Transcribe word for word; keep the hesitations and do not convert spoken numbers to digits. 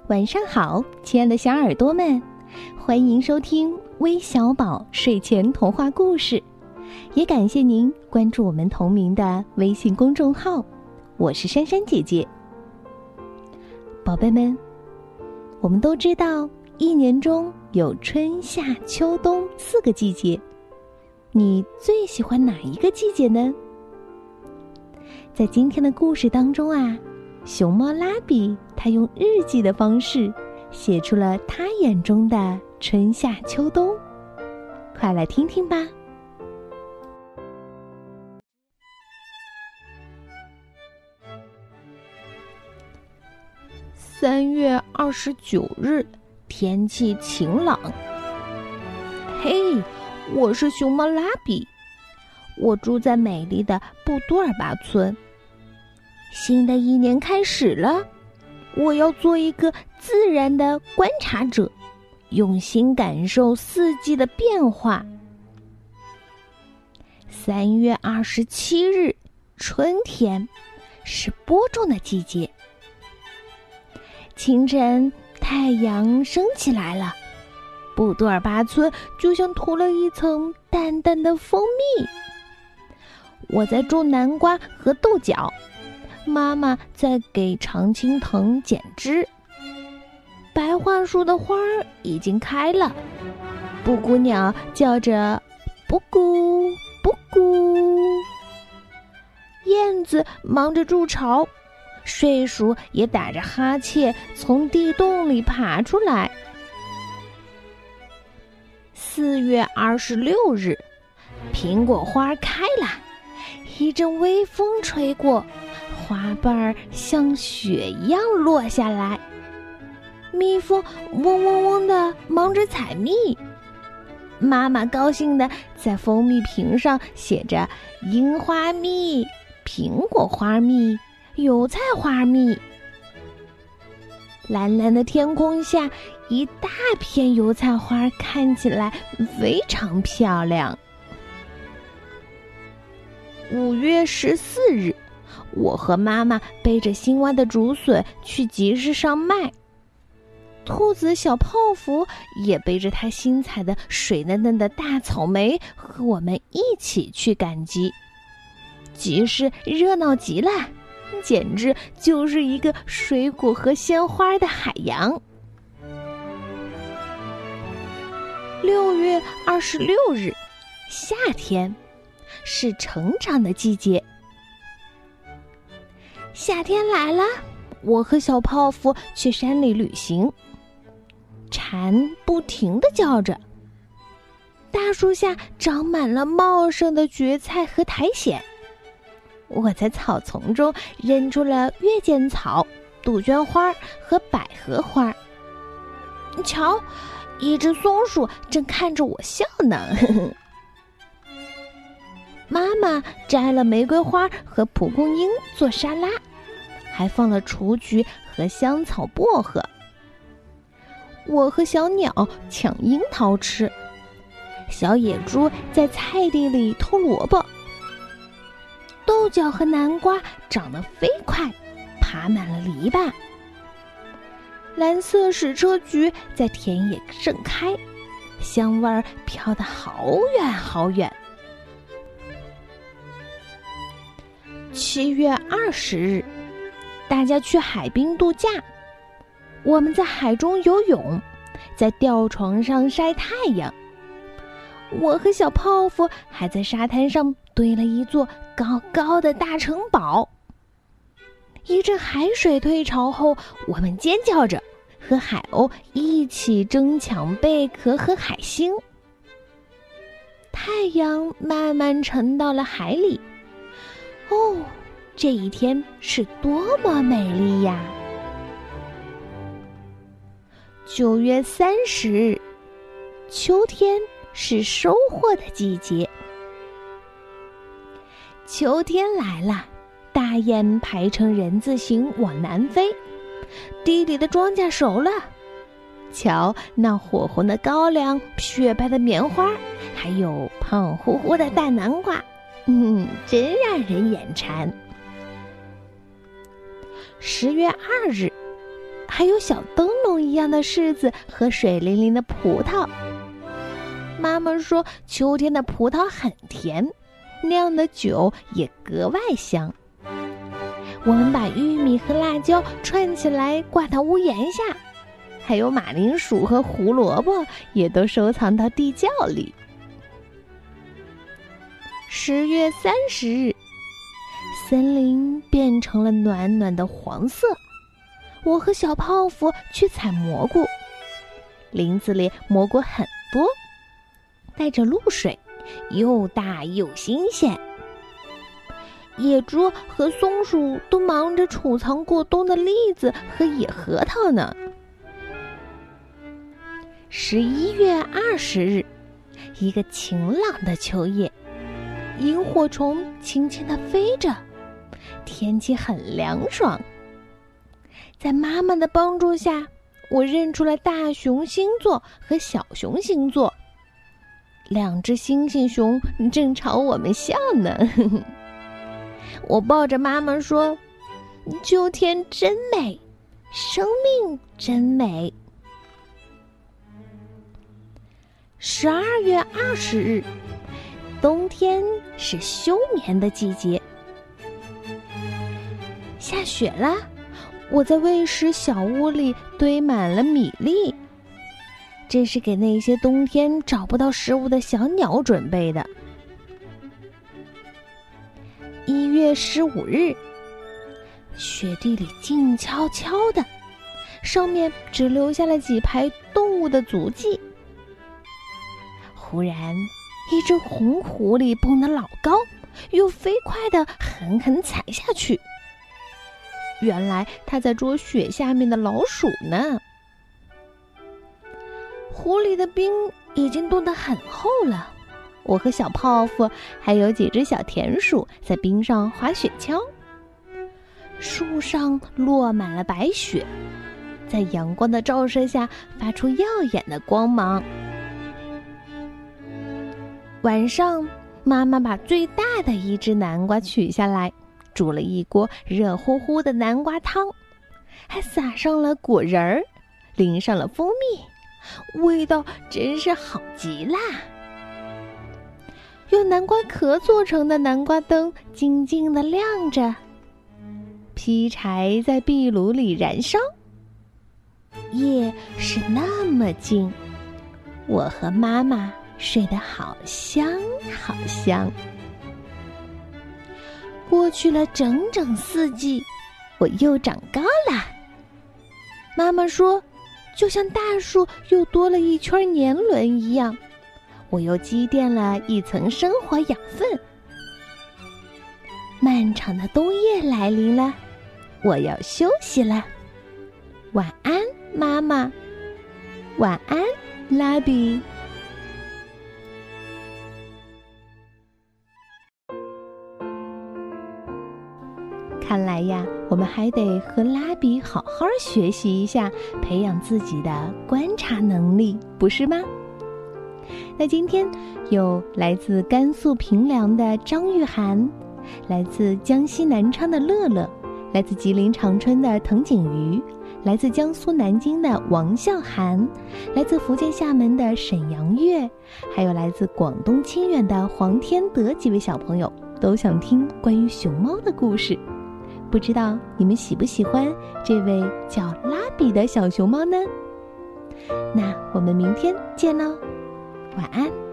晚上好，亲爱的小耳朵们，欢迎收听微小宝睡前童话故事，也感谢您关注我们同名的微信公众号，我是珊珊姐姐。宝贝们，我们都知道一年中有春夏秋冬四个季节，你最喜欢哪一个季节呢？在今天的故事当中啊，熊猫拉比他用日记的方式写出了他眼中的春夏秋冬，快来听听吧。三月二十九日，天气晴朗。嘿，我是熊猫拉比，我住在美丽的布多尔巴村。新的一年开始了，我要做一个自然的观察者，用心感受四季的变化。三月二十七日，春天，是播种的季节。清晨，太阳升起来了，布多尔巴村就像涂了一层淡淡的蜂蜜。我在种南瓜和豆角，妈妈在给常青藤剪枝。白桦树的花儿已经开了，布谷鸟叫着布谷布谷，燕子忙着筑巢，睡鼠也打着哈欠从地洞里爬出来。四月二十六日，苹果花开了，一阵微风吹过，花瓣像雪一样落下来。蜜蜂嗡嗡嗡地忙着采蜜，妈妈高兴地在蜂蜜瓶上写着樱花蜜、苹果花蜜、油菜花蜜。蓝蓝的天空下，一大片油菜花看起来非常漂亮。五月十四日，我和妈妈背着新挖的竹笋去集市上卖。兔子小泡芙也背着它新采的水嫩嫩的大草莓，和我们一起去赶集。集市热闹极了，简直就是一个水果和鲜花的海洋。六月二十六日，夏天，是成长的季节。夏天来了，我和小泡芙去山里旅行。蝉不停地叫着，大树下长满了茂盛的蕨菜和苔藓。我在草丛中认出了月见草、杜鹃花和百合花。瞧，一只松鼠正看着我笑呢。呵呵。妈妈摘了玫瑰花和蒲公英做沙拉，还放了雏菊和香草薄荷。我和小鸟抢樱桃吃，小野猪在菜地里偷萝卜。豆角和南瓜长得飞快，爬满了篱笆。蓝色矢车菊在田野盛开，香味儿飘得好远好远。七月二十日，大家去海滨度假。我们在海中游泳，在吊床上晒太阳。我和小泡芙还在沙滩上堆了一座高高的大城堡。一阵海水退潮后，我们尖叫着和海鸥一起争抢贝壳和海星。太阳慢慢沉到了海里。哦，这一天是多么美丽呀！九月三十日，秋天是收获的季节。秋天来了，大雁排成人字形往南飞，地里的庄稼熟了。瞧，那火红的高粱，雪白的棉花，还有胖乎乎的大南瓜，嗯，真让人眼馋。十月二日，还有小灯笼梦一样的柿子和水灵灵的葡萄。妈妈说，秋天的葡萄很甜，酿的酒也格外香。我们把玉米和辣椒串起来挂到屋檐下，还有马铃薯和胡萝卜也都收藏到地窖里。十月三十日，森林变成了暖暖的黄色。我和小泡芙去采蘑菇，林子里蘑菇很多，带着露水，又大又新鲜。野猪和松鼠都忙着储藏过冬的栗子和野核桃呢。十一月二十日，一个晴朗的秋夜，萤火虫轻轻地飞着，天气很凉爽。在妈妈的帮助下，我认出了大熊星座和小熊星座，两只猩猩熊正朝我们笑呢。我抱着妈妈说，秋天真美，生命真美。十二月二十日，冬天是休眠的季节。下雪了，我在喂食小屋里堆满了米粒，这是给那些冬天找不到食物的小鸟准备的。一月十五日，雪地里静悄悄的，上面只留下了几排动物的足迹。忽然，一只红狐狸蹦得老高，又飞快地狠狠踩下去。原来它在捉雪下面的老鼠呢。湖里的冰已经冻得很厚了，我和小泡芙还有几只小田鼠在冰上滑雪橇。树上落满了白雪，在阳光的照射下发出耀眼的光芒。晚上，妈妈把最大的一只南瓜取下来，煮了一锅热乎乎的南瓜汤，还撒上了果仁儿，淋上了蜂蜜，味道真是好极啦。用南瓜壳做成的南瓜灯静静地亮着，劈柴在壁炉里燃烧。夜是那么静，我和妈妈睡得好香好香。过去了整整四季，我又长高了。妈妈说，就像大树又多了一圈年轮一样，我又积淀了一层生活养分。漫长的冬夜来临了，我要休息了。晚安，妈妈。晚安，拉比。看来呀，我们还得和拉比好好学习一下，培养自己的观察能力，不是吗？那今天有来自甘肃平凉的张玉涵，来自江西南昌的乐乐，来自吉林长春的滕景瑜，来自江苏南京的王笑涵，来自福建厦门的沈阳月，还有来自广东清远的黄天德几位小朋友都想听关于熊猫的故事。不知道你们喜不喜欢这位叫拉比的小熊猫呢？那我们明天见喽，晚安。